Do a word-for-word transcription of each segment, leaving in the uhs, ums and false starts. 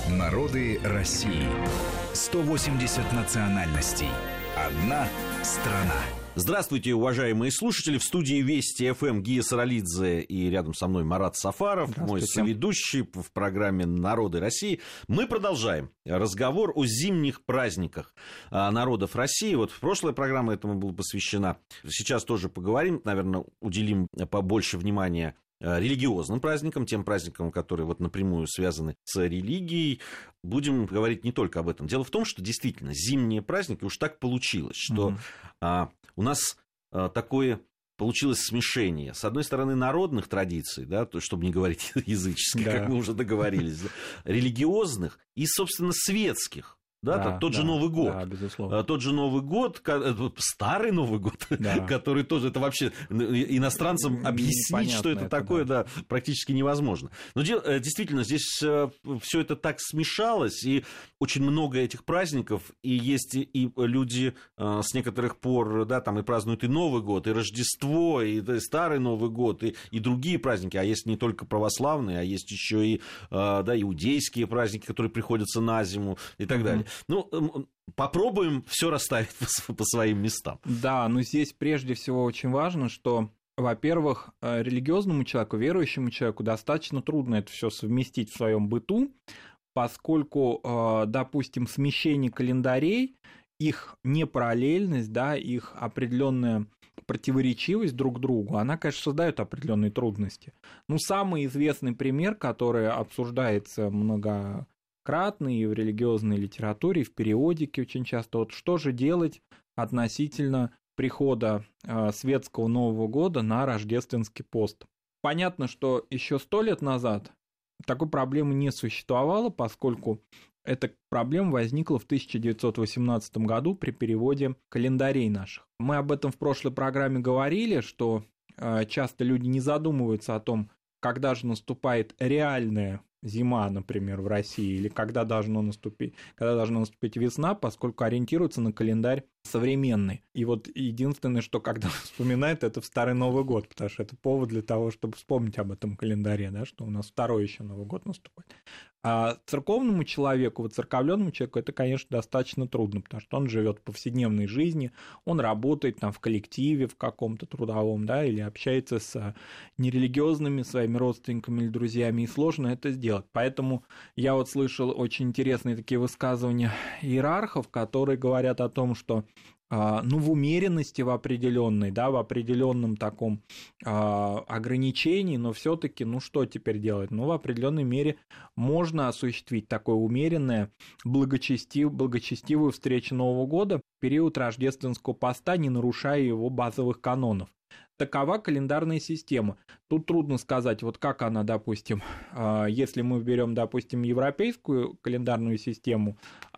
Народы России. сто восемьдесят национальностей. Одна страна. Здравствуйте, уважаемые слушатели. В студии Вести ФМ Гия Саралидзе и рядом со мной Марат Сафаров, мой соведущий в программе «Народы России». Мы продолжаем разговор о зимних праздниках народов России. Вот в прошлой программе этому была посвящена. Сейчас тоже поговорим, наверное, уделим побольше внимания религиозным праздникам, тем праздникам, которые вот напрямую связаны с религией. Будем говорить не только об этом. Дело в том, что действительно зимние праздники, уж так получилось, что mm-hmm. а, у нас а, такое получилось смешение. С одной стороны, народных традиций, да, то, чтобы не говорить языческих, да. как мы уже договорились, да, религиозных и, собственно, светских. Да, да, тот да, же Новый год, да, безусловно. Тот же Новый год, старый Новый год, да. который тоже, это вообще иностранцам объяснить, непонятно что это, это такое, да. да, практически невозможно. Но действительно, здесь все это так смешалось, и очень много этих праздников, и есть и люди с некоторых пор, да, там и празднуют и Новый год, и Рождество, и старый Новый год, и, и другие праздники, а есть не только православные, а есть еще и да, иудейские праздники, которые приходятся на зиму и так далее. Ну, попробуем все расставить по своим местам. Да, но здесь прежде всего очень важно, что, во-первых, религиозному человеку, верующему человеку достаточно трудно это все совместить в своем быту, поскольку, допустим, смещение календарей, их непараллельность, да, их определенная противоречивость друг к другу, она, конечно, создает определенные трудности. Ну, самый известный пример, который обсуждается много кратно и в религиозной литературе, и в периодике очень часто. Вот что же делать относительно прихода э, светского Нового года на рождественский пост? Понятно, что еще сто лет назад такой проблемы не существовало, поскольку эта проблема возникла в тысяча девятьсот восемнадцатом году при переводе календарей наших. Мы об этом в прошлой программе говорили, что э, часто люди не задумываются о том, когда же наступает реальная зима, например, в России, или когда должно наступить, когда должна наступить весна, поскольку ориентируются на календарь современный. И вот единственное, что когда вспоминают, это в Старый Новый год, потому что это повод для того, чтобы вспомнить об этом календаре, да, что у нас второй еще Новый год наступает. А церковному человеку, воцерковленному человеку это, конечно, достаточно трудно, потому что он живет в повседневной жизни, он работает там в коллективе в каком-то трудовом, да, или общается с нерелигиозными своими родственниками или друзьями, и сложно это сделать. Поэтому я вот слышал очень интересные такие высказывания иерархов, которые говорят о том, что ну, в умеренности в определенной, да, в определенном таком а, ограничении, но все-таки, ну, что теперь делать? Ну, в определенной мере можно осуществить такое умеренное, благочестив, благочестивую встречу Нового года в период рождественского поста, не нарушая его базовых канонов. Такова календарная система. Тут трудно сказать, вот как она, допустим, если мы берем, допустим, европейскую календарную систему,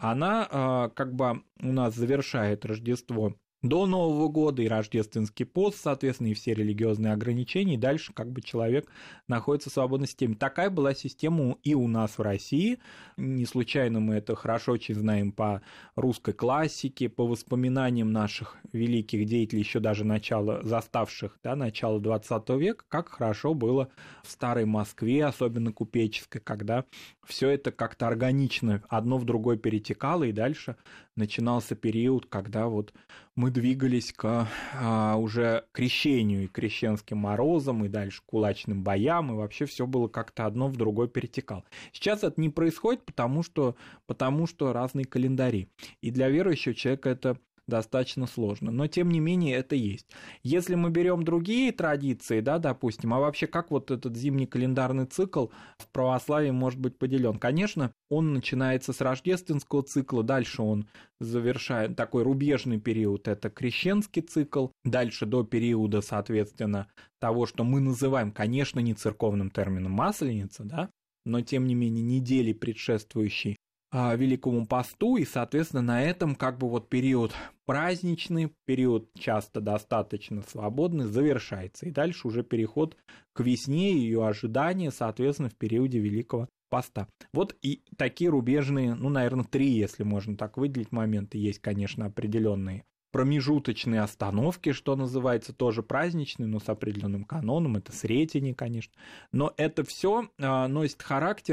она как бы у нас завершает Рождество до Нового года и рождественский пост, соответственно, и все религиозные ограничения, и дальше как бы человек находится в свободной системе. Такая была система и у нас в России. Не случайно мы это хорошо очень знаем по русской классике, по воспоминаниям наших великих деятелей, еще даже начала, заставших, да, начало двадцатого века, как хорошо было в старой Москве, особенно купеческой, когда все это как-то органично одно в другое перетекало, и дальше начинался период, когда вот мы двигались к а, уже крещению и крещенским морозам, и дальше кулачным боям, и вообще все было как-то одно в другое перетекало. Сейчас это не происходит, потому что, потому что разные календари. И для верующего человека это достаточно сложно, но тем не менее это есть. Если мы берем другие традиции, да, допустим, а вообще как вот этот зимний календарный цикл в православии может быть поделен? Конечно, он начинается с рождественского цикла, дальше он завершает такой рубежный период, это крещенский цикл, дальше до периода, соответственно, того, что мы называем, конечно, не церковным термином Масленица, да, но тем не менее недели, предшествующей Великому посту, и, соответственно, на этом как бы вот период праздничный, период часто достаточно свободный завершается, и дальше уже переход к весне и ее ожидания, соответственно, в периоде Великого поста. Вот и такие рубежные, ну, наверное, три, если можно так выделить, моменты есть, конечно, определенные промежуточные остановки, что называется, тоже праздничные, но с определенным каноном, это Сретение, конечно, но это все носит характер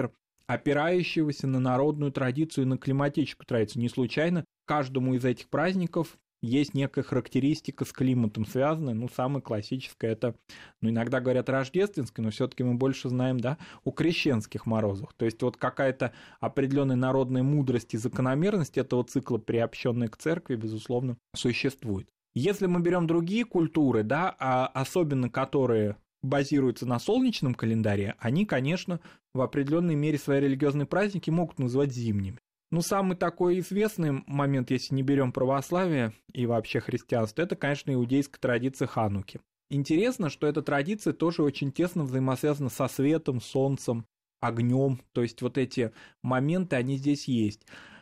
опирающегося на народную традицию и на климатическую традицию. Не случайно каждому из этих праздников есть некая характеристика с климатом связанная. Ну, самая классическая — это, ну, иногда говорят рождественский, но все-таки мы больше знаем, да, о крещенских морозах. То есть вот какая-то определенная народная мудрость и закономерность этого цикла, приобщенная к церкви, безусловно, существует. Если мы берем другие культуры, да, а особенно которые базируются на солнечном календаре, они, конечно, в определенной мере свои религиозные праздники могут называть зимними. Ну, самый такой известный момент, если не берем православие и вообще христианство, это, конечно, иудейская традиция Хануки. Интересно, что эта традиция тоже очень тесно взаимосвязана со светом, солнцем, огнем. То есть вот эти моменты, они здесь есть.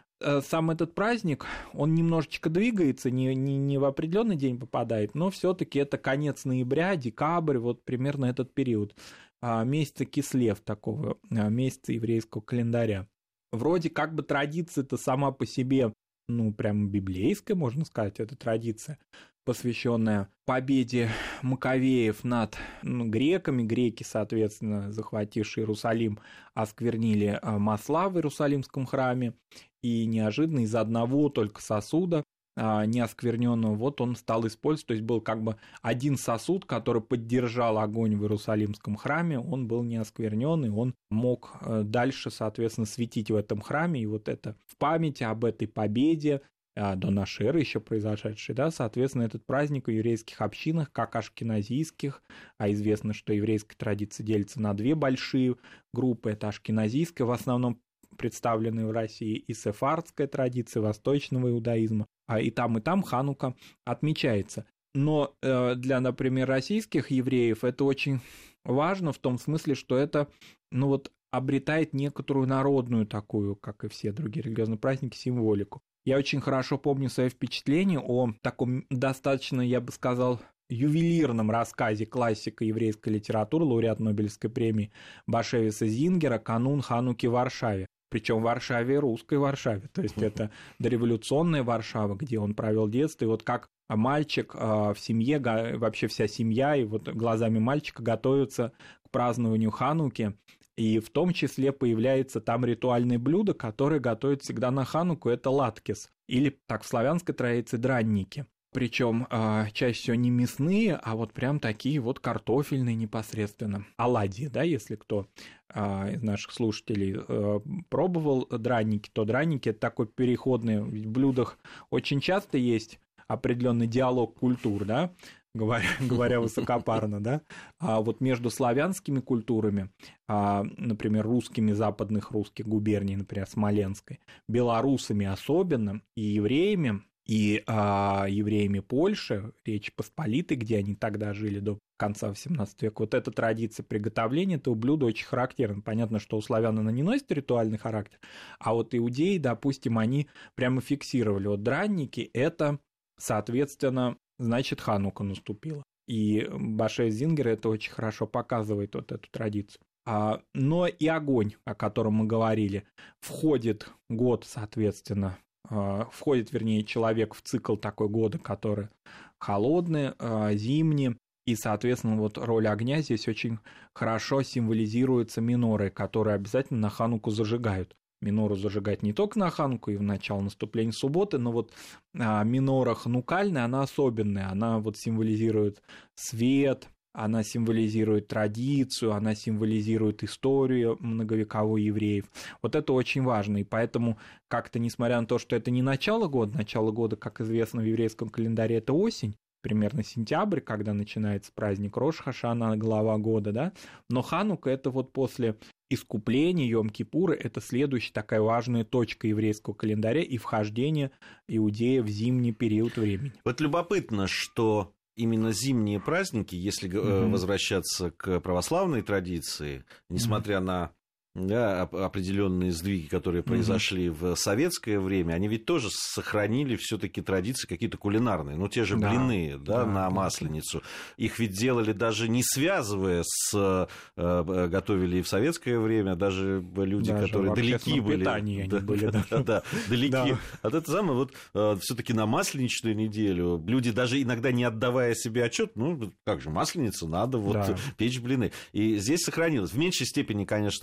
Сам этот праздник, он немножечко двигается, не, не, не в определенный день попадает, но все-таки это конец ноября, декабрь, вот примерно этот период, месяца Кислев, такого месяца еврейского календаря. Вроде как бы традиция-то сама по себе, ну, прям библейская, можно сказать, эта традиция, посвященная победе Маковеев над ну, греками. Греки, соответственно, захватившие Иерусалим, осквернили масла в Иерусалимском храме, и неожиданно из одного только сосуда, неоскверненного, вот он стал использовать, то есть был как бы один сосуд, который поддержал огонь в Иерусалимском храме, он был неосквернен, и он мог дальше, соответственно, светить в этом храме, и вот это в памяти об этой победе, до нашей эры еще произошедшей, да, соответственно, этот праздник в еврейских общинах, как ашкеназийских, а известно, что еврейская традиция делится на две большие группы, это ашкеназийская, в основном представленная в России, и сефардская традиция восточного иудаизма, а и там, и там Ханука отмечается. Но э, для, например, российских евреев это очень важно в том смысле, что это, ну вот, обретает некоторую народную такую, как и все другие религиозные праздники, символику. Я очень хорошо помню свои впечатления о таком достаточно, я бы сказал, ювелирном рассказе классика еврейской литературы, лауреат Нобелевской премии Башевиса Зингера «Канун Хануки в Варшаве». Причем в Варшаве, русской Варшаве. То есть это дореволюционная Варшава, где он провел детство. И вот как мальчик в семье, вообще вся семья, и вот глазами мальчика готовится к празднованию Хануки. И в том числе появляется там ритуальное блюдо, которое готовят всегда на Хануку, это латкес, или так в славянской традиции дранники. Причем э, чаще всего не мясные, а вот прям такие вот картофельные непосредственно. Оладьи, да, если кто э, из наших слушателей э, пробовал дранники, то драники — это такое переходное, в блюдах очень часто есть определенный диалог культур, да, говоря, говоря высокопарно, да, а вот между славянскими культурами, а, например, русскими западных русских губерний, например, Смоленской, белорусами особенно и евреями, и а, евреями Польши, Речи Посполитой, где они тогда жили до конца восемнадцатого века, вот эта традиция приготовления этого блюда очень характерна. Понятно, что у славян она не носит ритуальный характер, а вот иудеи, допустим, они прямо фиксировали. Вот дранники — это, соответственно, значит, Ханука наступила. И Башев Зингер это очень хорошо показывает, вот эту традицию. А, но и огонь, о котором мы говорили, входит год, соответственно, входит, вернее, человек в цикл такой года, который холодный, зимний, и, соответственно, вот роль огня здесь очень хорошо символизируется минорой, которые обязательно на Хануку зажигают. Минору зажигать не только на Хануку и в начало наступления субботы, но вот а, минора ханукальная, она особенная, она вот символизирует свет, она символизирует традицию, она символизирует историю многовековой евреев. Вот это очень важно, и поэтому как-то, несмотря на то, что это не начало года, начало года, как известно, в еврейском календаре это осень, примерно сентябрь, когда начинается праздник Рош ха-Шана, глава года, да, но Ханука — это вот после искупления, Йом-Кипура — это следующая такая важная точка еврейского календаря и вхождение иудея в зимний период времени. Вот любопытно, что именно зимние праздники, если mm-hmm. возвращаться к православной традиции, несмотря mm-hmm. на да, определенные сдвиги, которые произошли mm-hmm. в советское время, они ведь тоже сохранили все-таки традиции какие-то кулинарные. Ну, те же да. блины да, да, на Масленицу. Их ведь делали даже не связывая с... Э, готовили и в советское время, даже люди, даже которые далеки были. Да, они были да, да, да, далеки да. от этого самого. Вот э, все-таки на Масленичную неделю люди, даже иногда не отдавая себе отчет, ну, как же, Масленица, надо вот да. печь блины. И здесь сохранилось. В меньшей степени, конечно, это на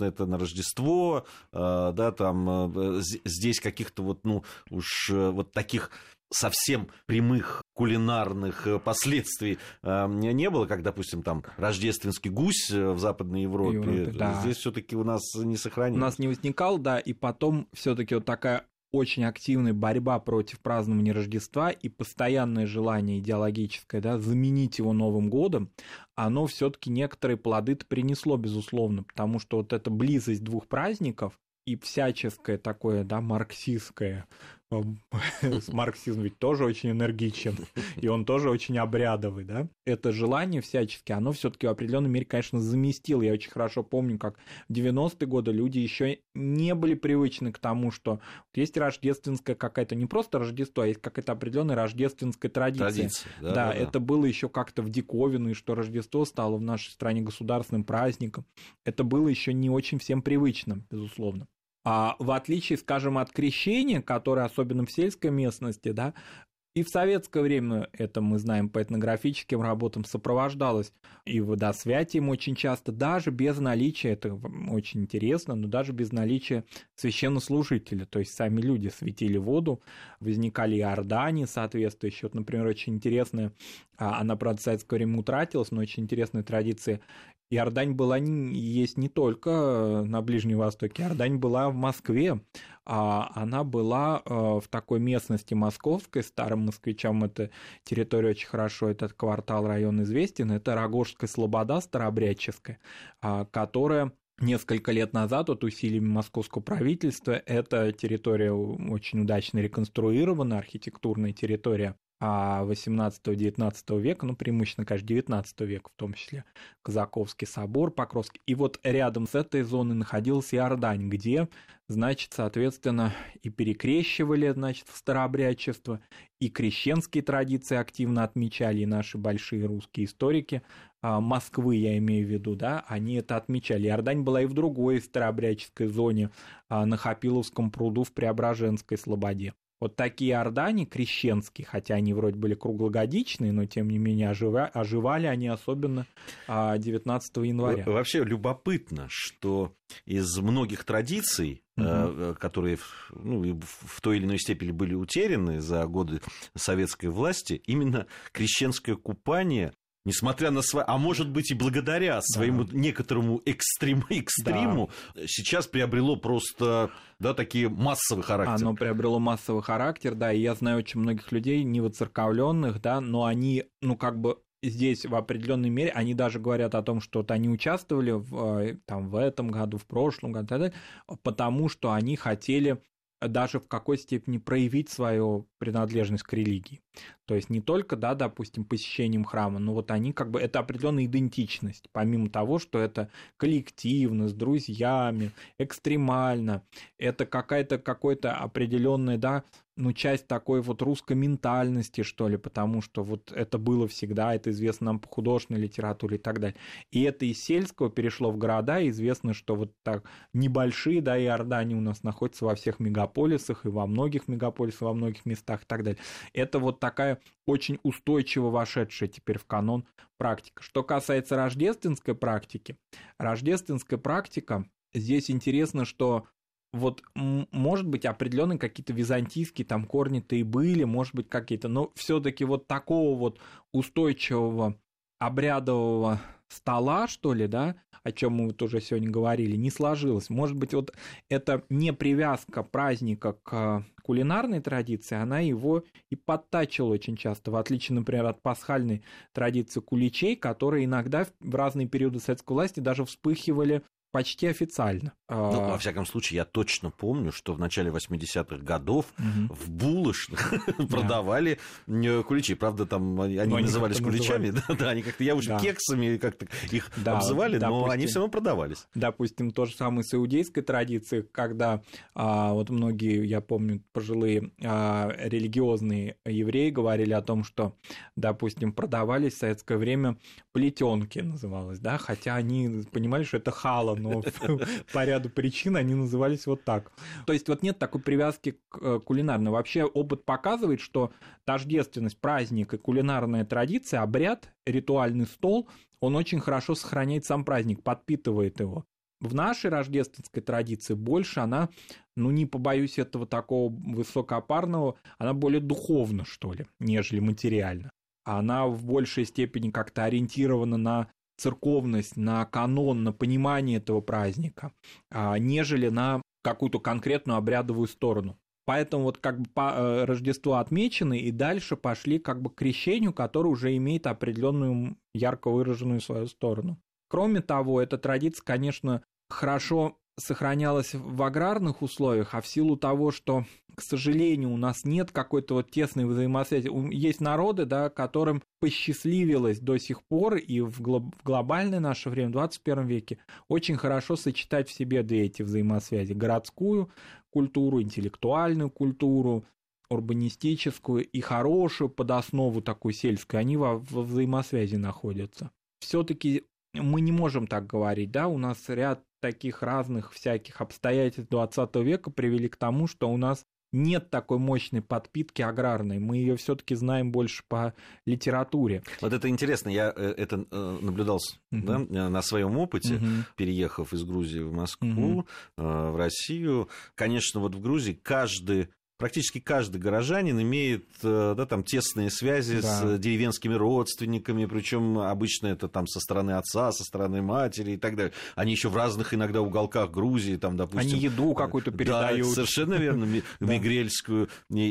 Рождество, да, там здесь каких-то вот, ну, уж вот таких совсем прямых кулинарных последствий не было, как, допустим, там рождественский гусь в Западной Европе. Европе да. Здесь все-таки у нас не сохранилось. У нас не возникал, да, и потом все-таки вот такая очень активная борьба против празднования Рождества и постоянное желание идеологическое, да, заменить его Новым годом, оно все-таки некоторые плоды-то принесло, безусловно, потому что вот эта близость двух праздников и всяческое такое, да, марксистское, марксизм ведь тоже очень энергичен, и он тоже очень обрядовый, да, это желание всячески, оно все-таки в определенной мере, конечно, заместило. Я очень хорошо помню, как в девяностые годы люди еще не были привычны к тому, что есть рождественская какая-то, не просто Рождество, а есть какая-то определенная рождественская традиция. Традиция да, да, да, это да. было еще как-то в диковину, и что Рождество стало в нашей стране государственным праздником. Это было еще не очень всем привычно, безусловно. А в отличие, скажем, от крещения, которое особенно в сельской местности, да, и в советское время, это мы знаем по этнографическим работам, сопровождалось и водосвятием очень часто, даже без наличия, это очень интересно, но даже без наличия священнослужителя, то есть сами люди светили воду, возникали иордани соответствующие. Вот, например, очень интересная, она, правда, в советское время утратилась, но очень интересная традиция. Иордань была есть не только на Ближнем Востоке, Иордань была в Москве, а она была в такой местности московской, старым москвичам эта территория очень хорошо, этот квартал, район известен, это Рогожская слобода старообрядческая, которая несколько лет назад вот усилиями московского правительства эта территория очень удачно реконструирована, архитектурная территория восемнадцатого-девятнадцатого века, ну, преимущественно, конечно, девятнадцатого века, в том числе Казаковский собор, Покровский. И вот рядом с этой зоной находился Иордань, где, значит, соответственно, и перекрещивали, значит, старообрядчество, и крещенские традиции активно отмечали, и наши большие русские историки Москвы, я имею в виду, да, они это отмечали. Иордань была и в другой старообрядческой зоне, на Хапиловском пруду в Преображенской слободе. Вот такие иордани крещенские, хотя они вроде были круглогодичные, но тем не менее ожива, оживали они особенно девятнадцатого января. Вообще любопытно, что из многих традиций, угу. которые ну, в той или иной степени были утеряны за годы советской власти, именно крещенское купание, несмотря на свое, а может быть и благодаря своему да. некоторому экстрим, экстриму, да. сейчас приобрело просто да, такие массовый характер. Оно приобрело массовый характер, да, и я знаю очень многих людей, не воцерковленных, да, но они, ну, как бы здесь в определенной мере, они даже говорят о том, что вот они участвовали в, там, в этом году, в прошлом году, так далее, потому что они хотели даже в какой степени проявить свою принадлежность к религии. То есть не только, да, допустим, посещением храма, но вот они как бы, это определенная идентичность, помимо того, что это коллективно, с друзьями, экстремально, это какая-то, какой-то определенная, да, ну, часть такой вот русской ментальности, что ли, потому что вот это было всегда, это известно нам по художественной литературе и так далее. И это из сельского перешло в города, и известно, что вот так небольшие, да, иордани у нас находятся во всех мегаполисах, и во многих мегаполисах, во многих местах и так далее. Это вот такая очень устойчиво вошедшая теперь в канон практика. Что касается рождественской практики, рождественская практика, здесь интересно, что вот, может быть, определенные какие-то византийские там корни-то и были, может быть, какие-то, но все-таки вот такого вот устойчивого обрядового стола, что ли, да, о чем мы вот уже сегодня говорили, не сложилось. Может быть, вот эта не привязка праздника к кулинарной традиции, она его и подтачила очень часто, в отличие, например, от пасхальной традиции куличей, которые иногда в разные периоды советской власти даже вспыхивали почти официально. Ну, во всяком случае, я точно помню, что в начале восьмидесятых годов угу. в булочных продавали да. куличи. Правда, там они но назывались они куличами. Да, да, они как-то, я уже да. кексами как-то их да, обзывали, допустим, но они все равно продавались. Допустим, то же самое с иудейской традицией, когда а, вот многие, я помню, пожилые а, религиозные евреи говорили о том, что, допустим, продавались в советское время плетенки, называлось, да, хотя они понимали, что это хала, но по ряду причин они назывались вот так. То есть вот нет такой привязки к кулинарной. Вообще опыт показывает, что тождественность, праздник и кулинарная традиция, обряд, ритуальный стол, он очень хорошо сохраняет сам праздник, подпитывает его. В нашей рождественской традиции больше она, ну не побоюсь этого такого высокопарного, она более духовна, что ли, нежели материально. Она в большей степени как-то ориентирована на церковность, на канон, на понимание этого праздника, нежели на какую-то конкретную обрядовую сторону. Поэтому вот как бы по, Рождество отмечено, и дальше пошли как бы к крещению, которое уже имеет определенную ярко выраженную свою сторону. Кроме того, эта традиция, конечно, хорошо сохранялась в аграрных условиях, а в силу того, что, к сожалению, у нас нет какой-то вот тесной взаимосвязи. Есть народы, да, которым посчастливилось до сих пор и в глобальное наше время, в двадцать первом веке, очень хорошо сочетать в себе две эти взаимосвязи. Городскую культуру, интеллектуальную культуру, урбанистическую и хорошую под основу такой сельской, они во, во взаимосвязи находятся. Все-таки мы не можем так говорить, да, у нас ряд таких разных всяких обстоятельств двадцатого века привели к тому, что у нас нет такой мощной подпитки аграрной, мы ее все-таки знаем больше по литературе. Вот это интересно, я это наблюдал uh-huh. да, на своем опыте, uh-huh. переехав из Грузии в Москву, uh-huh. в Россию. Конечно, вот в Грузии каждый Практически каждый горожанин имеет, да, там, тесные связи да. с деревенскими родственниками, причем обычно это там со стороны отца, со стороны матери и так далее. Они еще в разных иногда уголках Грузии, там, допустим... Они еду какую-то передают. Да, совершенно верно, мигрельскую,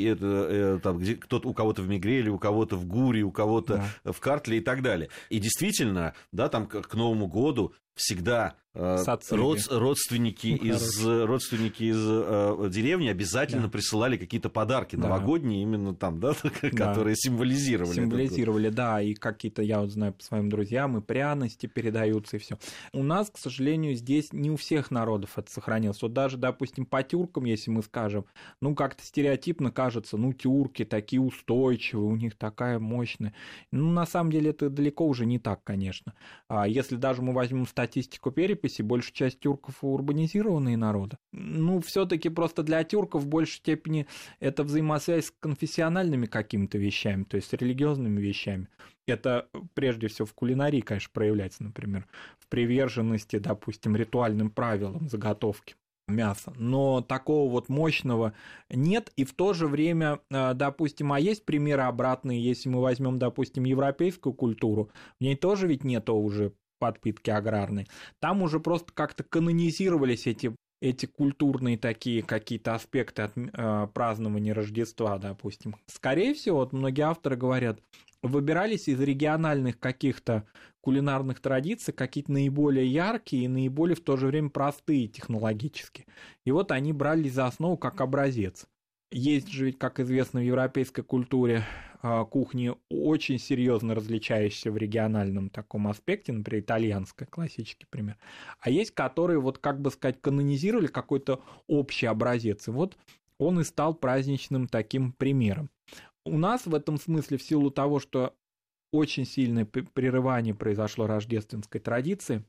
кто-то у кого-то в Мигреле, у кого-то в Гуре, у кого-то в Картле и так далее. И действительно, да, там к Новому году всегда род, родственники, из, родственники из э, деревни обязательно да. присылали какие-то подарки да. новогодние, именно там, да, да. которые символизировали. Символизировали, да, и какие-то, я вот знаю по своим друзьям, и пряности передаются, и все. У нас, к сожалению, здесь не у всех народов это сохранилось. Вот даже, допустим, по тюркам, если мы скажем, ну, как-то стереотипно кажется, ну, тюрки такие устойчивые, у них такая мощная. Ну, на самом деле, это далеко уже не так, конечно. А если даже мы возьмем статистику переписи, большая часть тюрков урбанизированные народы. Ну, все-таки просто для тюрков в большей степени это взаимосвязь с конфессиональными какими-то вещами, то есть с религиозными вещами. Это прежде всего в кулинарии, конечно, проявляется, например, в приверженности, допустим, ритуальным правилам заготовки мяса. Но такого вот мощного нет, и в то же время, допустим, а есть примеры обратные, если мы возьмем, допустим, европейскую культуру, в ней тоже ведь нету уже подпитки аграрной. Там уже просто как-то канонизировались эти, эти культурные такие какие-то аспекты от, э, празднования Рождества, допустим. Скорее всего, вот многие авторы говорят, выбирались из региональных каких-то кулинарных традиций какие-то наиболее яркие и наиболее в то же время простые технологически. И вот они брались за основу как образец. Есть же ведь, как известно, в европейской культуре кухни очень серьезно различающиеся в региональном таком аспекте, например, итальянская, классический пример. А есть, которые, вот как бы сказать, канонизировали какой-то общий образец. И вот он и стал праздничным таким примером. У нас в этом смысле, в силу того, что очень сильное прерывание произошло рождественской традиции,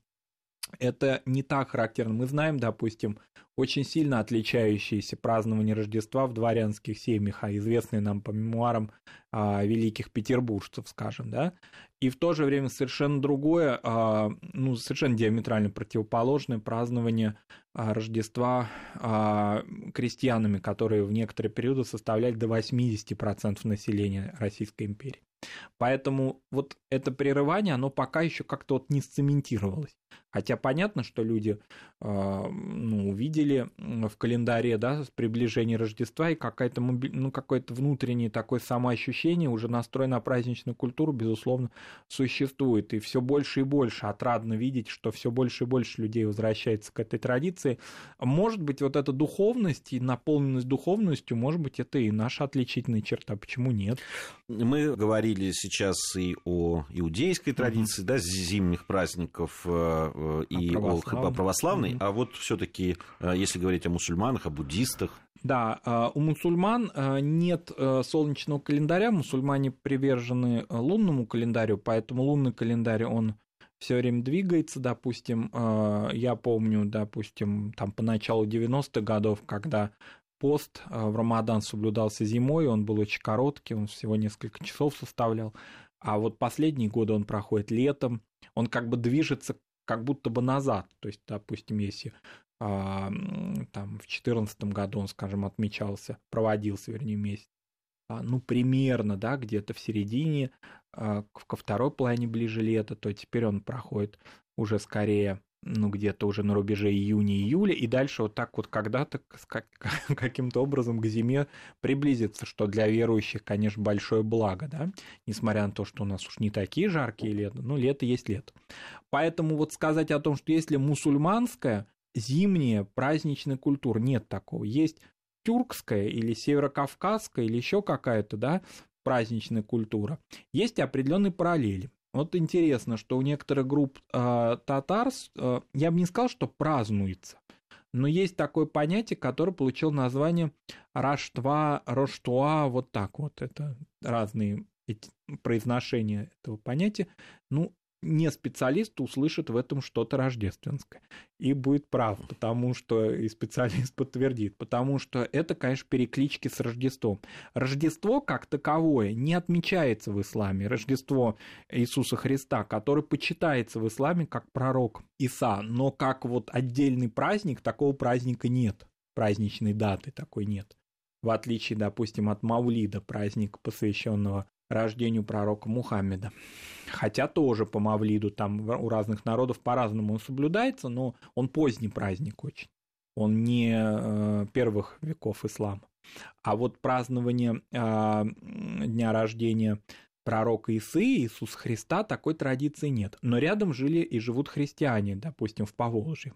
это не так характерно. Мы знаем, допустим, очень сильно отличающиеся празднования Рождества в дворянских семьях, а известные нам по мемуарам а, великих петербуржцев, скажем, да, и в то же время совершенно другое, а, ну, совершенно диаметрально противоположное празднование а, Рождества а, крестьянами, которые в некоторые периоды составляли до восемьдесят процентов населения Российской империи. Поэтому вот это прерывание, оно пока еще как-то вот не сцементировалось. Хотя понятно, что люди э, ну, увидели в календаре, да, приближение Рождества, и какое-то, ну, какое-то внутреннее такое самоощущение, уже настрой на праздничную культуру, безусловно, существует. И все больше и больше отрадно видеть, что все больше и больше людей возвращается к этой традиции. Может быть, вот эта духовность и наполненность духовностью, может быть, это и наша отличительная черта. Почему нет? Мы говорили сейчас и о иудейской традиции, mm-hmm. да, зимних праздников, и о, о православной, mm-hmm. а вот все-таки, если говорить о мусульманах, о буддистах. Да, у мусульман нет солнечного календаря, мусульмане привержены лунному календарю, поэтому лунный календарь, он все время двигается, допустим, я помню, допустим, там по началу девяностых годов, когда пост в Рамадан соблюдался зимой, он был очень короткий, он всего несколько часов составлял, а вот последние годы он проходит летом, он как бы движется как будто бы назад. То есть, допустим, если а, там, в две тысячи четырнадцатом году он, скажем, отмечался, проводился, вернее, месяц, а, ну, примерно, да, где-то в середине, а, ко второй половине ближе лета, то теперь он проходит уже скорее, ну, где-то уже на рубеже июня-июля, и дальше вот так вот когда-то как, каким-то образом к зиме приблизится, что для верующих, конечно, большое благо, да, несмотря на то, что у нас уж не такие жаркие лета, ну, лето есть лето. Поэтому вот сказать о том, что если мусульманская зимняя праздничная культура, нет такого. Есть тюркская или северокавказская или еще какая-то, да, праздничная культура. Есть определенные параллели. Вот интересно, что у некоторых групп э, татар, э, я бы не сказал, что празднуется, но есть такое понятие, которое получило название Раштва, Роштуа, вот так вот. Это разные эти, произношения этого понятия. Ну, не специалист услышит в этом что-то рождественское и будет прав, потому что и специалист подтвердит, потому что это, конечно, переклички с Рождеством. Рождество как таковое не отмечается в исламе. Рождество Иисуса Христа, который почитается в исламе как пророк Иса, но как вот отдельный праздник, такого праздника нет, праздничной даты такой нет. В отличие, допустим, от Мавлида, праздника, посвященного рождению пророка Мухаммеда. Хотя тоже по Мавлиду там у разных народов по-разному он соблюдается, но он поздний праздник очень. Он не э, первых веков ислама. А вот празднование э, дня рождения пророка Исы, Иисуса Христа, такой традиции нет. Но рядом жили и живут христиане, допустим, в Поволжье.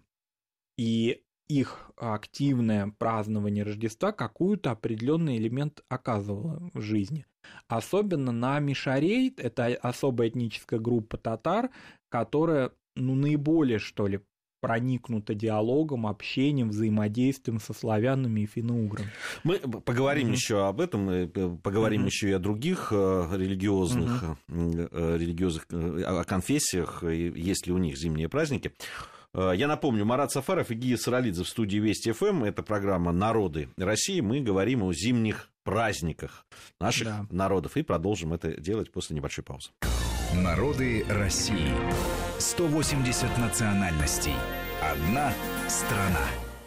И их активное празднование Рождества какой-то определенный элемент оказывало в жизни. Особенно на Мишарей, это особая этническая группа татар, которая, ну, наиболее, что ли, проникнута диалогом, общением, взаимодействием со славянами и финно-уграми. Мы поговорим mm-hmm. еще об этом, поговорим mm-hmm. еще и о других религиозных, mm-hmm. религиозных о конфессиях, есть ли у них зимние праздники. Я напомню, Марат Сафаров и Гия Саралидзе в студии Вести ФМ. Это программа «Народы России». Мы говорим о зимних праздниках наших да. народов. И продолжим это делать после небольшой паузы. Народы России. сто восемьдесят национальностей. Одна страна.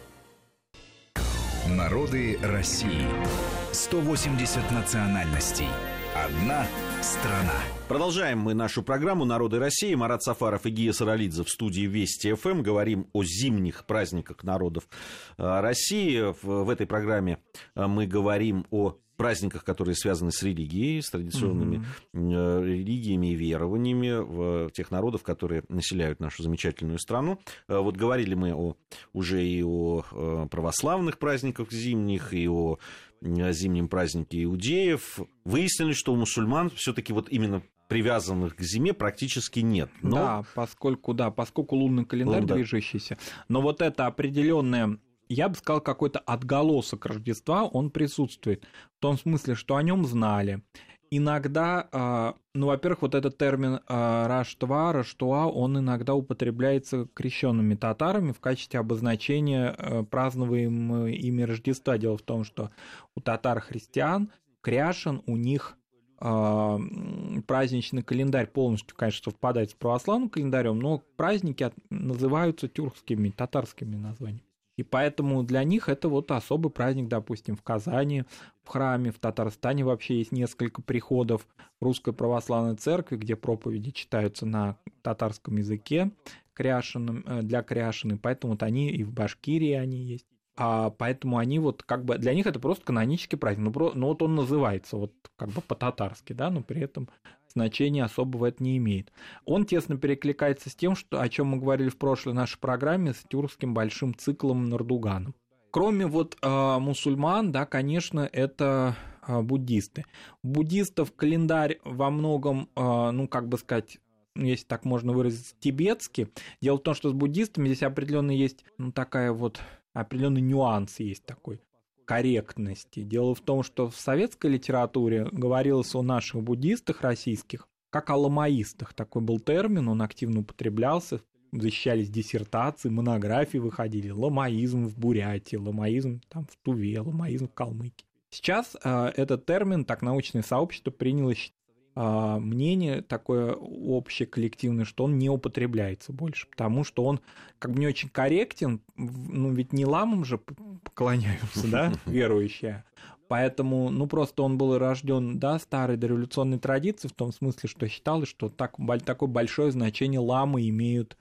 Народы России. сто восемьдесят национальностей. Одна страна. Продолжаем мы нашу программу «Народы России». Марат Сафаров и Гия Саралидзе в студии Вести ФМ. Говорим о зимних праздниках народов России. В этой программе мы говорим о праздниках, которые связаны с религией, с традиционными mm-hmm. религиями и верованиями в тех народов, которые населяют нашу замечательную страну. Вот говорили мы о, уже и о православных праздниках зимних, и о зимнем празднике иудеев. Выяснили, что у мусульман все-таки вот именно привязанных к зиме практически нет. Но... Да, поскольку, да, поскольку лунный календарь ну, да. движущийся. Но вот это определенное, я бы сказал, какой-то отголосок Рождества, он присутствует. В том смысле, что о нем знали. Иногда, ну, во-первых, вот этот термин Раштва, Раштуа, он иногда употребляется крещенными татарами в качестве обозначения празднуемого ими Рождества. Дело в том, что у татар-христиан, кряшен, у них праздничный календарь полностью, конечно, совпадает с православным календарем, но праздники называются тюркскими, татарскими названиями. И поэтому для них это вот особый праздник, допустим, в Казани, в храме, в Татарстане вообще есть несколько приходов в Русской Православной Церкви, где проповеди читаются на татарском языке кряшеным, для кряшен, и поэтому вот они и в Башкирии они есть. А поэтому они вот как бы, для них это просто канонический праздник, ну, про, ну вот он называется вот как бы по-татарски, да, но при этом значения особого это не имеет. Он тесно перекликается с тем, что, о чем мы говорили в прошлой нашей программе, с тюркским большим циклом Нардуганом. Кроме вот э, мусульман, да, конечно, это э, буддисты. У буддистов календарь во многом, э, ну, как бы сказать, если так можно выразиться, тибетский. Дело в том, что с буддистами здесь определенно есть, ну, такая вот, определенный нюанс есть такой корректности. Дело в том, что в советской литературе говорилось о наших буддистах российских как о ламаистах. Такой был термин, он активно употреблялся, защищались диссертации, монографии выходили. Ламаизм в Бурятии, ламаизм там, в Туве, ламаизм в Калмыкии. Сейчас э, этот термин так научное сообщество приняло мнение такое общее, коллективное, что он не употребляется больше, потому что он как бы не очень корректен, ну ведь не ламам же поклоняются, да, верующие, поэтому, ну просто он был рожден, да, старой дореволюционной традицией, в том смысле, что считалось, что так, такое большое значение ламы имеют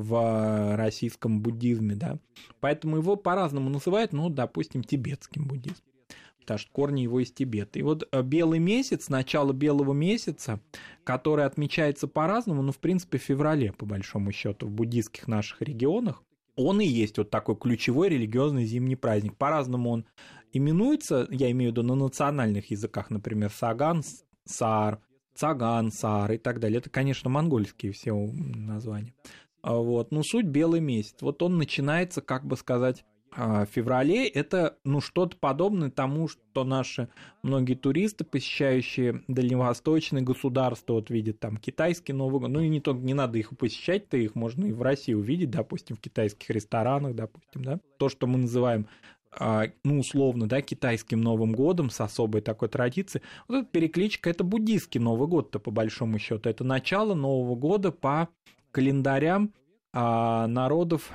в российском буддизме, да, поэтому его по-разному называют, ну, допустим, тибетским буддизмом, потому что корни его из Тибета. И вот белый месяц, начало белого месяца, который отмечается по-разному, ну, в принципе, в феврале, по большому счету, в буддийских наших регионах, он и есть вот такой ключевой религиозный зимний праздник. По-разному он именуется, я имею в виду на национальных языках, например, Саган, Саар, Цаган, Саар и так далее. Это, конечно, монгольские все названия. Вот. Но суть белый месяц. Вот он начинается, как бы сказать, в феврале. Это, ну, что-то подобное тому, что наши многие туристы, посещающие дальневосточные государства, вот видят там китайский Новый год. Ну и не только, не надо их посещать-то, их можно и в России увидеть, допустим, в китайских ресторанах, допустим, да. То, что мы называем, ну, условно, да, китайским Новым годом с особой такой традицией. Вот эта перекличка — это буддийский Новый год-то, по большому счету. Это начало Нового года по календарям народов,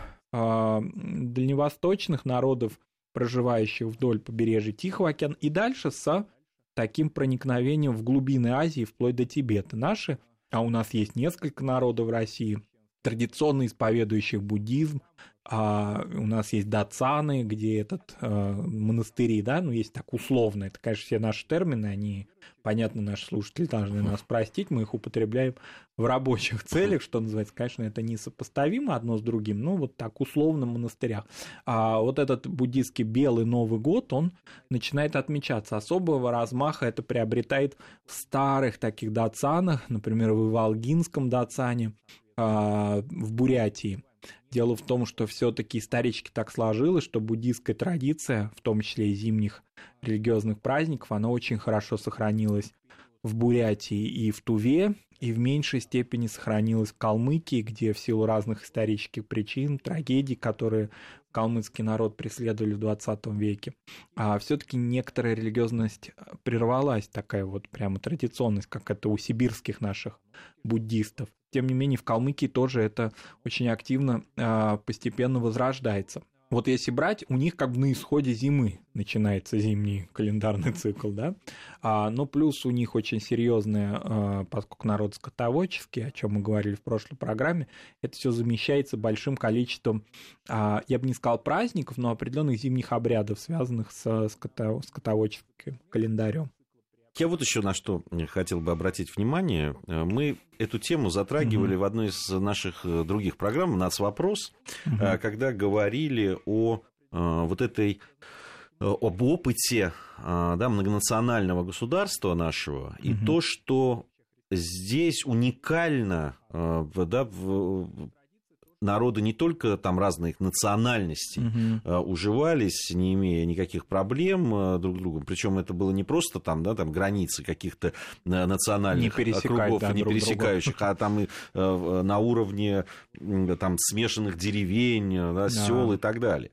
дальневосточных народов, проживающих вдоль побережья Тихого океана, и дальше с таким проникновением в глубины Азии, вплоть до Тибета. Наши, а у нас есть несколько народов в России, традиционно исповедующих буддизм, а у нас есть дацаны, где этот э, монастыри, да, ну, есть так условно, это, конечно, все наши термины, они, понятно, наши слушатели должны нас простить, мы их употребляем в рабочих целях, что называется, конечно, это несопоставимо одно с другим, но вот так условно в монастырях. А вот этот буддийский белый Новый год, он начинает отмечаться, особого размаха это приобретает в старых таких дацанах, например, в Иволгинском дацане, э, в Бурятии. Дело в том, что все-таки исторически так сложилось, что буддийская традиция, в том числе и зимних религиозных праздников, она очень хорошо сохранилась в Бурятии и в Туве, и в меньшей степени сохранилась в Калмыкии, где в силу разных исторических причин, трагедий, которые калмыцкий народ преследовали в двадцатом веке, а все-таки некоторая религиозность прервалась, такая вот прямо традиционность, как это у сибирских наших буддистов. Тем не менее, в Калмыкии тоже это очень активно, постепенно возрождается. Вот если брать, у них как бы на исходе зимы начинается зимний календарный цикл, да, а, но плюс у них очень серьезное, поскольку народ скотоводческий, о чем мы говорили в прошлой программе, это все замещается большим количеством, а, я бы не сказал праздников, но определенных зимних обрядов, связанных с скотоводческим календарем. Я вот еще на что хотел бы обратить внимание. Мы эту тему затрагивали mm-hmm. в одной из наших других программ «Нацвопрос», mm-hmm. когда говорили о вот этой, об опыте, да, многонационального государства нашего, mm-hmm. и то, что здесь уникально, да, в народы не только там разных национальностей uh-huh. уживались, не имея никаких проблем друг с другом. Причем это было не просто там, да, там границы каких-то национальных не кругов, да, не пересекающих, друга. А там и на уровне там смешанных деревень, да, да. сел и так далее.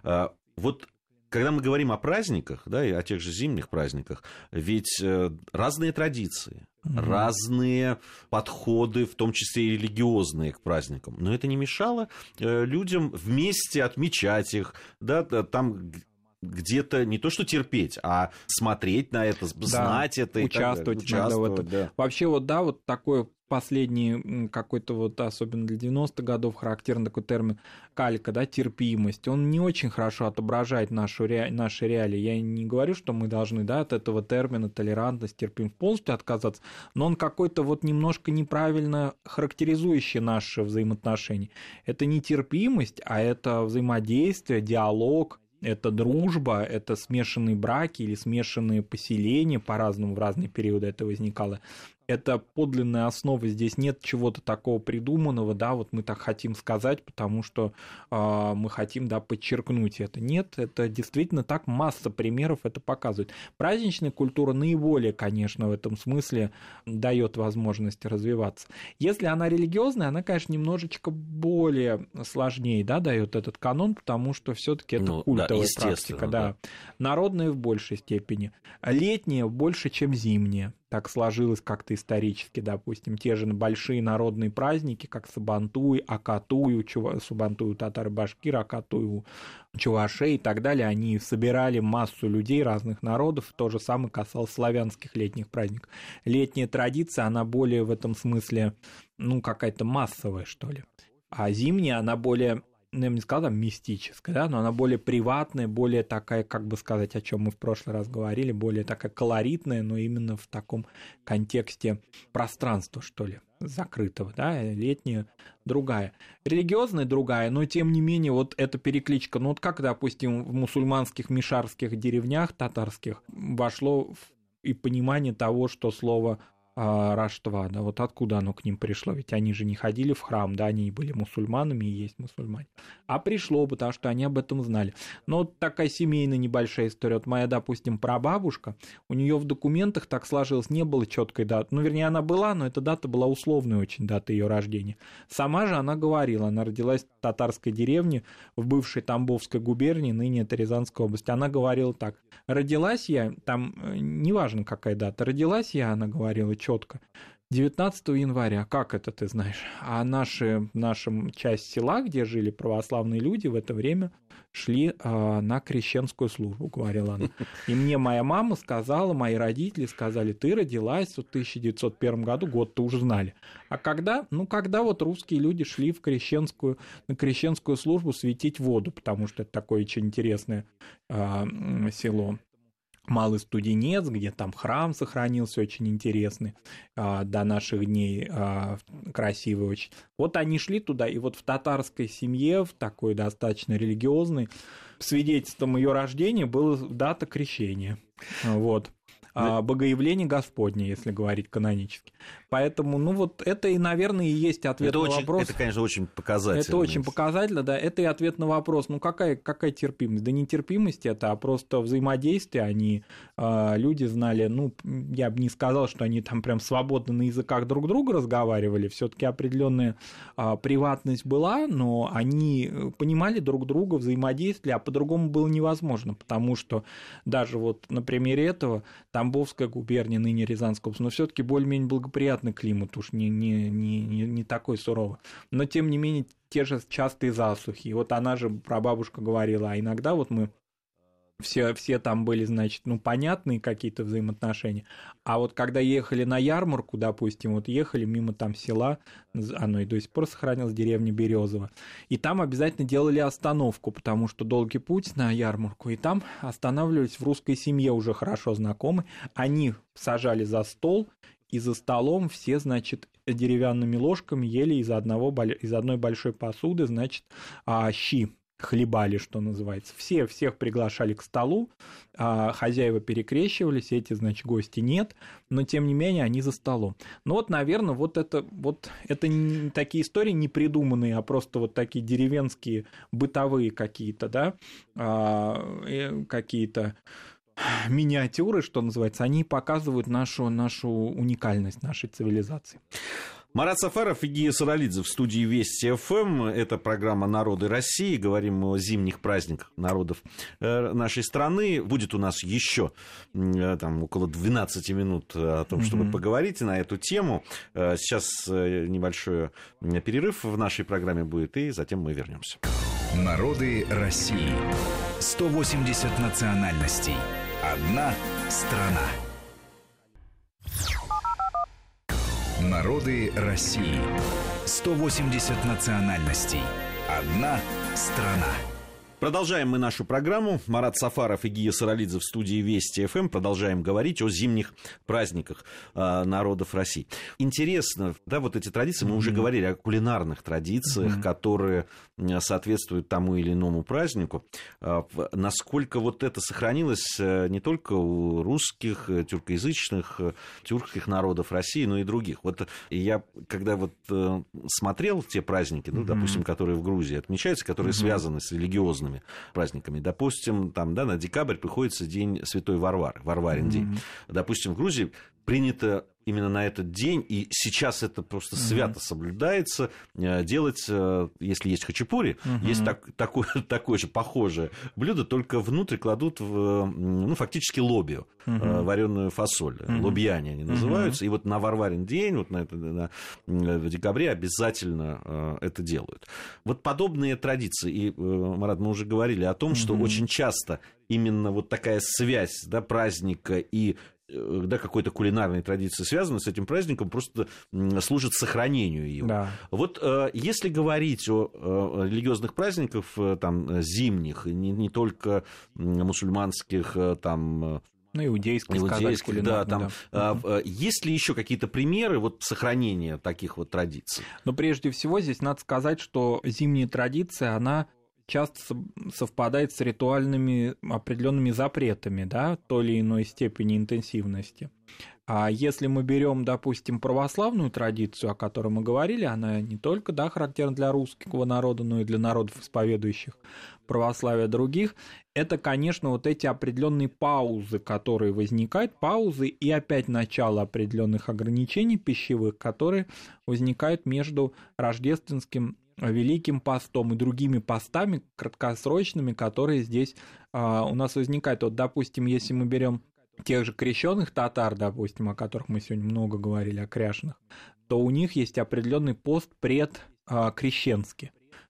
Вот когда мы говорим о праздниках, да, и о тех же зимних праздниках, ведь разные традиции, mm-hmm. разные подходы, в том числе и религиозные к праздникам. Но это не мешало людям вместе отмечать их, да, там где-то не то что терпеть, а смотреть на это, знать да, это. Участвовать. И так далее. Участвовать в этом. Да. Вообще вот, да, вот такой последний какой-то вот, особенно для девяностых годов, характерный такой термин калька, да, терпимость. Он не очень хорошо отображает нашу, ре... наши реалии. Я не говорю, что мы должны, да, от этого термина толерантность, терпимость полностью отказаться, но он какой-то вот немножко неправильно характеризующий наши взаимоотношения. Это не терпимость, а это взаимодействие, диалог, это дружба, это смешанные браки или смешанные поселения, по-разному в разные периоды это возникало. Это подлинная основа, здесь нет чего-то такого придуманного, да, вот мы так хотим сказать, потому что э, мы хотим, да, подчеркнуть это. Нет, это действительно так, масса примеров это показывает. Праздничная культура наиболее, конечно, в этом смысле дает возможность развиваться. Если она религиозная, она, конечно, немножечко более сложнее, да, дает этот канон, потому что все-таки это ну, культовая да, практика, да. да. Народное в большей степени. Летнее больше, чем зимнее. Так сложилось как-то исторически, допустим. Те же большие народные праздники, как Сабантуй, Акатуй, Чува... Сабантуй у татар-башкир, Акатуй у чувашей и так далее, они собирали массу людей разных народов. То же самое касалось славянских летних праздников. Летняя традиция, она более в этом смысле, ну, какая-то массовая, что ли. А зимняя, она более... ну, я бы не сказал, там, мистическая, да, но она более приватная, более такая, как бы сказать, о чем мы в прошлый раз говорили, более такая колоритная, но именно в таком контексте пространства, что ли, закрытого, да, летняя другая. Религиозная другая, но тем не менее вот эта перекличка, ну вот как, допустим, в мусульманских мишарских деревнях татарских вошло и понимание того, что слово Раштва, да, вот откуда оно к ним пришло, ведь они же не ходили в храм, да, они были мусульманами и есть мусульмане, а пришло, потому что они об этом знали. Но вот такая семейная небольшая история, вот моя, допустим, прабабушка, у нее в документах так сложилось, не было четкой даты, ну, вернее, она была, но эта дата была условной очень, дата ее рождения. Сама же она говорила, она родилась в татарской деревне в бывшей Тамбовской губернии, ныне это Рязанская область, она говорила так: родилась я, там, неважно какая дата, родилась я, она говорила четко, девятнадцатого января. Как это ты знаешь? А наши, наша часть села, где жили православные люди, в это время шли а, на крещенскую службу, говорила она. И мне моя мама сказала, мои родители сказали: ты родилась в тысяча девятьсот первом году, год-то уже знали. А когда? Ну, когда вот русские люди шли в крещенскую, на крещенскую службу светить воду, потому что это такое очень интересное а, село. Малый Студенец, где там храм сохранился очень интересный, а, до наших дней, а, красивый очень. Вот они шли туда, и вот в татарской семье, в такой достаточно религиозной, свидетельством ее рождения была дата крещения. Вот. А, богоявление Господне, если говорить канонически. Поэтому, ну вот это и, наверное, и есть ответ это на очень, вопрос. Это, конечно, очень показательно. Это очень показательно, да. Это и ответ на вопрос. Ну какая, какая терпимость? Да не терпимость это, а просто взаимодействие. Они, э, люди знали, ну, я бы не сказал, что они там прям свободно на языках друг друга разговаривали. Все-таки определенная э, приватность была, но они понимали друг друга, взаимодействовали, а по-другому было невозможно, потому что даже вот на примере этого Тамбовская губерния, ныне Рязанская область, но все-таки более-менее благоприятный климат, уж не, не, не, не такой суровый. Но, тем не менее, те же частые засухи. И вот она же, прабабушка, говорила, а иногда вот мы все, все там были, значит, ну, понятные какие-то взаимоотношения. А вот когда ехали на ярмарку, допустим, вот ехали мимо там села, оно и до сих пор сохранилось, деревня Березово, и там обязательно делали остановку, потому что долгий путь на ярмарку, и там останавливались в русской семье уже хорошо знакомы, они сажали за стол, и за столом все, значит, деревянными ложками ели из, одного, из одной большой посуды, значит, щи. Хлебали, что называется. Все, всех приглашали к столу, а хозяева перекрещивались, эти, значит, гости нет, но, тем не менее, они за столом. Ну вот, наверное, вот это, вот это не, такие истории не придуманные, а просто вот такие деревенские, бытовые какие-то, да, а, какие-то миниатюры, что называется, они показывают нашу, нашу уникальность нашей цивилизации. Марат Сафаров и Гия Саралидзе в студии Вести ФМ. Это программа «Народы России». Говорим мы о зимних праздниках народов нашей страны. Будет у нас еще там, около двенадцати минут о том, чтобы mm-hmm. поговорить на эту тему. Сейчас небольшой перерыв в нашей программе будет, и затем мы вернемся. Народы России. сто восемьдесят национальностей. Одна страна. Народы России. сто восемьдесят национальностей. Одна страна. Продолжаем мы нашу программу. Марат Сафаров и Гия Саралидзе в студии Вести ФМ. Продолжаем говорить о зимних праздниках э, народов России. Интересно, да, вот эти традиции, мы mm-hmm. уже говорили о кулинарных традициях, mm-hmm. которые соответствуют тому или иному празднику. Э, насколько вот это сохранилось э, не только у русских, э, тюркоязычных, э, тюркских народов России, но и других. Вот я, когда вот э, смотрел те праздники, ну, mm-hmm. допустим, которые в Грузии отмечаются, которые mm-hmm. связаны с религиозными праздниками. Допустим, там, да, на декабрь приходится день Святой Варвары, Варварин mm-hmm. день. Допустим, в Грузии принято именно на этот день, и сейчас это просто свято mm-hmm. соблюдается, делать, если есть хачапури, mm-hmm. есть так, такое, такое же похожее блюдо, только внутрь кладут в, ну, фактически лобио, mm-hmm. вареную фасоль. Mm-hmm. Лобьяне они называются. Mm-hmm. И вот на Варварин день, вот на это, на, в декабре обязательно это делают. Вот подобные традиции, и, Марат, мы уже говорили о том, mm-hmm. что очень часто именно вот такая связь, да, праздника и да, какой-то кулинарной традиции связаны с этим праздником, просто служит сохранению его. Да. Вот если говорить о религиозных праздниках, там, зимних, не, не только мусульманских, там, ну, иудейских, иудейских, да, там, да. А, есть ли еще какие-то примеры вот сохранения таких вот традиций? Но прежде всего здесь надо сказать, что зимняя традиция, она часто совпадает с ритуальными определенными запретами, да, той или иной степени интенсивности. А если мы берем, допустим, православную традицию, о которой мы говорили, она не только, да, характерна для русского народа, но и для народов, исповедующих православие других, это, конечно, вот эти определенные паузы, которые возникают, паузы и опять начало определенных ограничений пищевых, которые возникают между рождественским Великим постом и другими постами краткосрочными, которые здесь а, у нас возникают. Вот, допустим, если мы берем тех же крещенных татар, допустим, о которых мы сегодня много говорили, о кряшных, то у них есть определенный пост предкрещенский.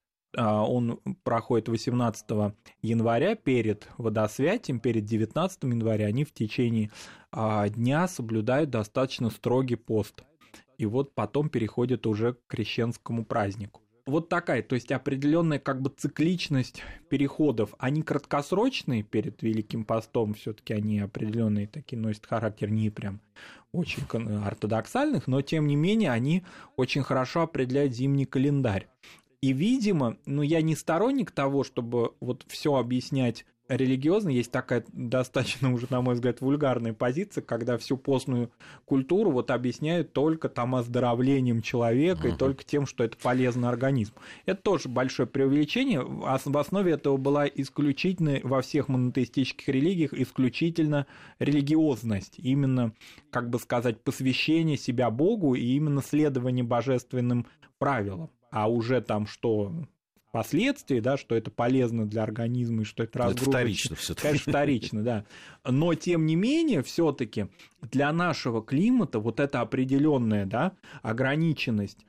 А, он проходит восемнадцатого января перед водосвятием, перед девятнадцатым января. Они в течение а, дня соблюдают достаточно строгий пост. И вот потом переходят уже к крещенскому празднику. Вот такая, то есть определенная как бы цикличность переходов. Они краткосрочные перед Великим постом, все-таки они определенные такие носят характер не прям очень ортодоксальных, но тем не менее они очень хорошо определяют зимний календарь. И, видимо, ну я не сторонник того, чтобы вот все объяснять религиозно. Есть такая достаточно уже, на мой взгляд, вульгарная позиция, когда всю постную культуру вот объясняют только там оздоровлением человека uh-huh. и только тем, что это полезно организму. Это тоже большое преувеличение. В основе этого была исключительно во всех монотеистических религиях исключительно религиозность. Именно, как бы сказать, посвящение себя Богу и именно следование божественным правилам. А уже там что... Последствия, да, что это полезно для организма и что это разгрузочно. Это вторично все-таки. Конечно, вторично, да. Но, тем не менее, все-таки для нашего климата вот эта определенная, да, ограниченность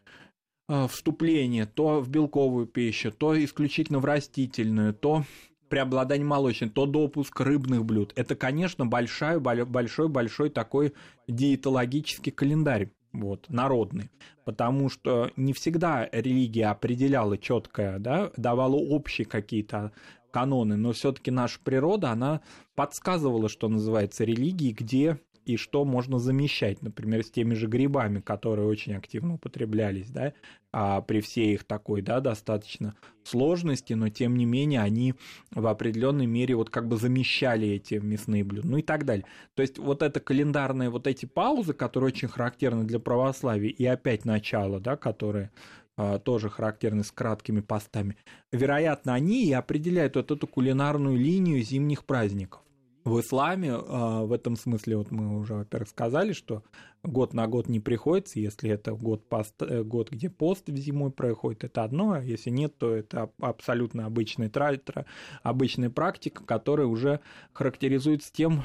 вступления то в белковую пищу, то исключительно в растительную, то преобладание молочной, то допуск рыбных блюд. Это, конечно, большой-большой такой диетологический календарь. Вот, народный, потому что не всегда религия определяла четко, да, давала общие какие-то каноны, но все-таки наша природа, она подсказывала, что называется, религией, где и что можно замещать, например, с теми же грибами, которые очень активно употреблялись, да, а при всей их такой, да, достаточно сложности, но тем не менее они в определенной мере вот как бы замещали эти мясные блюда, ну и так далее. То есть вот это календарные, вот эти паузы, которые очень характерны для православия, и опять начало, да, которые а, тоже характерны с краткими постами, вероятно, они и определяют вот эту кулинарную линию зимних праздников. В исламе в этом смысле, вот мы уже, во-первых, сказали, что год на год не приходится, если это год, пост, год где пост в зимой проходит, это одно, а если нет, то это абсолютно обычная, тра- обычная практика, которая уже характеризуется тем,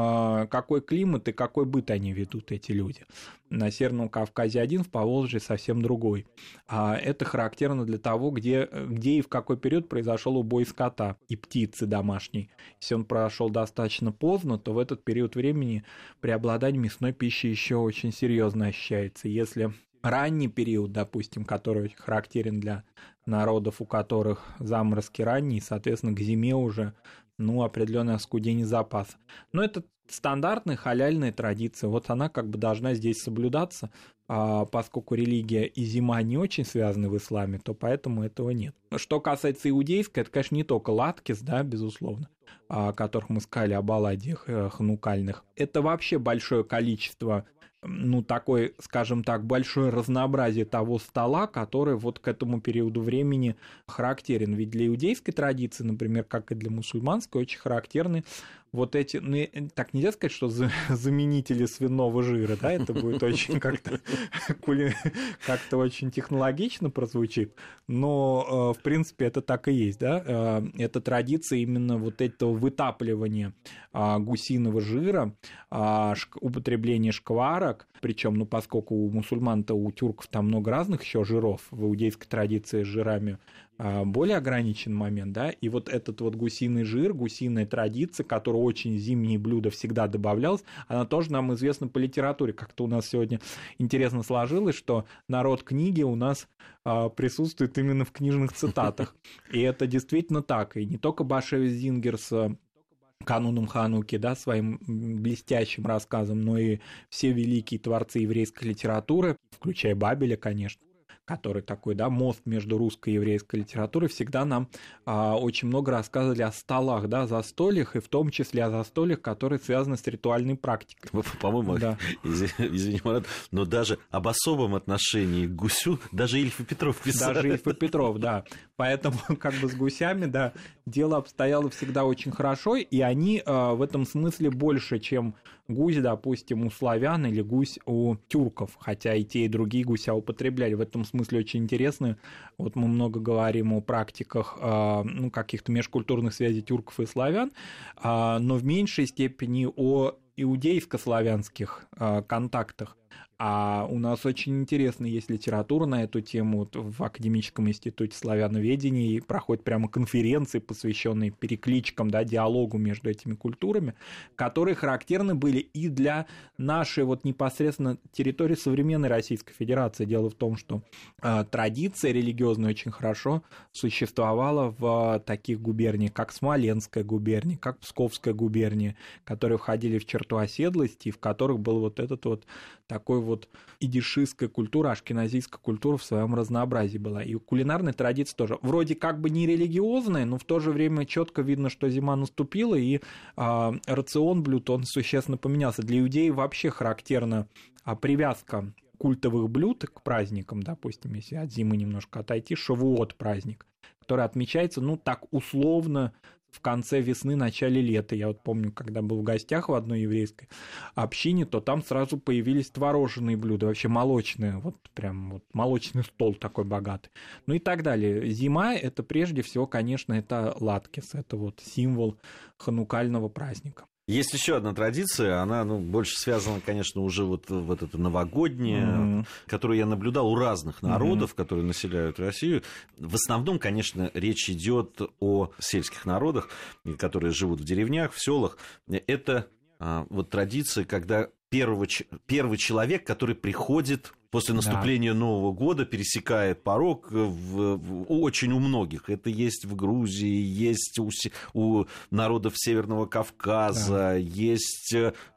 какой климат и какой быт они ведут, эти люди. На Северном Кавказе один, в Поволжье совсем другой. А это характерно для того, где, где и в какой период произошел убой скота и птицы домашней. Если он прошел достаточно поздно, то в этот период времени преобладание мясной пищи еще очень серьезно ощущается. Если ранний период, допустим, который характерен для народов, у которых заморозки ранние, соответственно, к зиме уже ну, определенное оскудение запаса. Но это стандартная халяльная традиция, вот она как бы должна здесь соблюдаться, а поскольку религия и зима не очень связаны в исламе, то поэтому этого нет. Что касается иудейской, это, конечно, не только латкис, да, безусловно, о которых мы сказали, об оладьях ханукальных. Это вообще большое количество, ну, такое, скажем так, большое разнообразие того стола, который вот к этому периоду времени характерен. Ведь для иудейской традиции, например, как и для мусульманской, очень характерны вот эти, ну, так нельзя сказать, что заменители свиного жира, да, это будет очень как-то как-то очень технологично прозвучит, но, в принципе, это так и есть, да, это традиция именно вот этого вытапливания гусиного жира, употребления шкварок, причем, ну, поскольку у мусульман-то, у тюрков там много разных еще жиров, в иудейской традиции с жирами более ограничен момент, да, и вот этот вот гусиный жир, гусиная традиция, которая очень в зимние блюда всегда добавлялась, она тоже нам известна по литературе. Как-то у нас сегодня интересно сложилось, что народ книги у нас а, присутствует именно в книжных цитатах. И это действительно так. И не только Башевич Зингер с кануном Хануки, да, своим блестящим рассказом, но и все великие творцы еврейской литературы, включая Бабеля, конечно, который такой, да, мост между русской и еврейской литературой, всегда нам а, очень много рассказывали о столах, да, застольях, и в том числе о застольях, которые связаны с ритуальной практикой. По-моему, да. извини, Марат, но даже об особом отношении к гусю даже Ильф и Петров писали. Даже Ильф и Петров, да. Поэтому как бы с гусями, да, дело обстояло всегда очень хорошо, и они а, в этом смысле больше, чем гусь, допустим, у славян или гусь у тюрков, хотя и те, и другие гуся употребляли. В этом смысле очень интересно. Вот мы много говорим о практиках, ну, каких-то межкультурных связей тюрков и славян, но в меньшей степени о иудейско-славянских контактах. А у нас очень интересно есть литература на эту тему. Вот в Академическом институте славяноведения проходят прямо конференции, посвященные перекличкам, да, диалогу между этими культурами, которые характерны были и для нашей вот непосредственно территории современной Российской Федерации. Дело в том, что э, традиция религиозная очень хорошо существовала в таких губерниях, как Смоленская губерния, как Псковская губерния, которые входили в черту оседлости, и в которых был вот этот вот такой вот вот идишистская культура, ашкеназийская культура в своем разнообразии была. И кулинарная традиция тоже. Вроде как бы не религиозная, но в то же время четко видно, что зима наступила, и а, рацион блюд, он существенно поменялся. Для иудеев вообще характерна а, привязка культовых блюд к праздникам, допустим, если от зимы немножко отойти, Шавуот праздник, который отмечается, ну, так условно, в конце весны, начале лета. Я вот помню, когда был в гостях в одной еврейской общине, то там сразу появились творожные блюда, вообще молочные, вот прям вот молочный стол такой богатый. Ну и так далее. Зима — это прежде всего, конечно, это латкес, это вот символ ханукального праздника. Есть еще одна традиция, она, ну, больше связана, конечно, уже вот, вот это новогоднее, mm-hmm. которую я наблюдал у разных народов, mm-hmm. которые населяют Россию. В основном, конечно, речь идет о сельских народах, которые живут в деревнях, в селах. Это а, вот традиция, когда первого, первый человек, который приходит после наступления да. Нового года, пересекает порог в, в, очень у многих. Это есть в Грузии, есть у, у народов Северного Кавказа, да. есть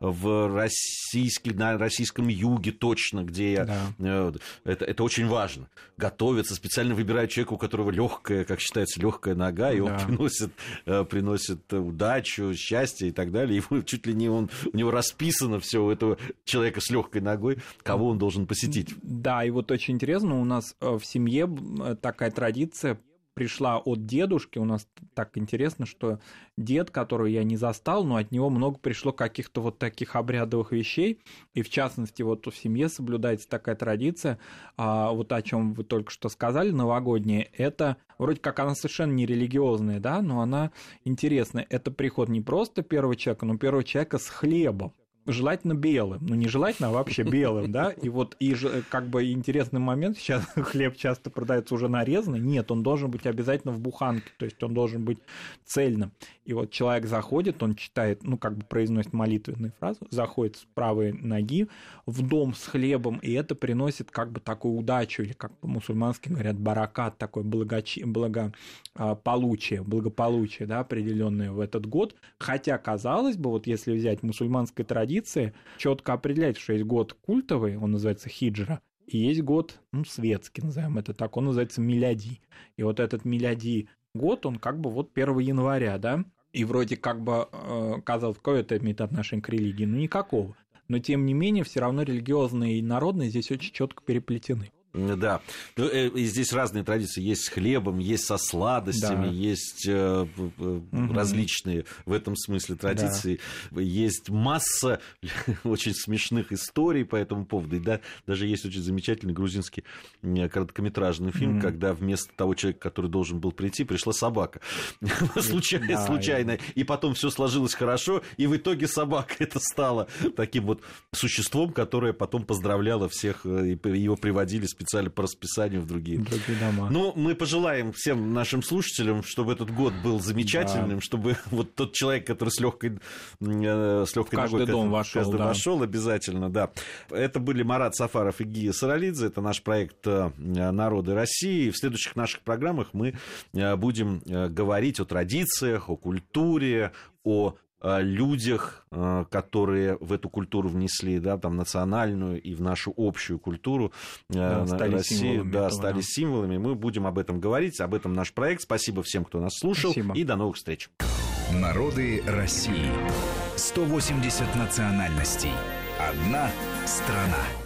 в российский, на российском юге точно, где да. это, это очень важно. Готовятся, специально выбирают человека, у которого легкая, как считается, легкая нога, и да. он приносит, приносит удачу, счастье и так далее. И чуть ли не он, у него расписано все у этого человека с легкой ногой, кого он должен посетить. Да, и вот очень интересно, у нас в семье такая традиция пришла от дедушки. У нас так интересно, что дед, которого я не застал, но от него много пришло каких-то вот таких обрядовых вещей. И в частности, вот в семье соблюдается такая традиция, вот о чем вы только что сказали, новогодняя. Это вроде как она совершенно не религиозная, да, но она интересная. Это приход не просто первого человека, но первого человека с хлебом. Желательно белым, ну не желательно, а вообще белым, да, и вот и как бы интересный момент, сейчас хлеб часто продается уже нарезанный, нет, он должен быть обязательно в буханке, то есть он должен быть цельным, и вот человек заходит, он читает, ну как бы произносит молитвенную фразу, заходит с правой ноги в дом с хлебом, и это приносит как бы такую удачу, или как по-мусульмански говорят, баракат, такое благочи... благополучие, благополучие, да, определенное в этот год, хотя, казалось бы, вот если взять мусульманскую традицию, четко определяется, что есть год культовый, он называется хиджра, и есть год, ну, светский, назовем это так, он называется миляди. И вот этот миляди год, он как бы вот первого января, да, и вроде как бы, э, казалось, какое это имеет отношение к религии? Ну, никакого. Но, тем не менее, все равно религиозные и народные здесь очень четко переплетены. Да. И здесь разные традиции. Есть с хлебом, есть со сладостями, да. есть э, угу. различные в этом смысле традиции. Да. Есть масса очень смешных историй по этому поводу. И да, даже есть очень замечательный грузинский короткометражный фильм, угу. когда вместо того человека, который должен был прийти, пришла собака. Случайно. Да, случайно. Я... И потом все сложилось хорошо, и в итоге собака это стала таким вот существом, которое потом поздравляло всех, и его приводили специально специально по расписанию в другие, другие дома. Ну, мы пожелаем всем нашим слушателям, чтобы этот год был замечательным, да. чтобы вот тот человек, который с легкой, с легкой каждый ногой дом вошел, каждый да. вошел, обязательно, да. Это были Марат Сафаров и Гия Саралидзе. Это наш проект «Народы России». В следующих наших программах мы будем говорить о традициях, о культуре, о людях, которые в эту культуру внесли, да, там, национальную и в нашу общую культуру да, стали России, символами да, этого, стали да. символами. Мы будем об этом говорить, об этом наш проект. Спасибо всем, кто нас слушал, Спасибо. И до новых встреч. Народы России. сто восемьдесят национальностей. Одна страна.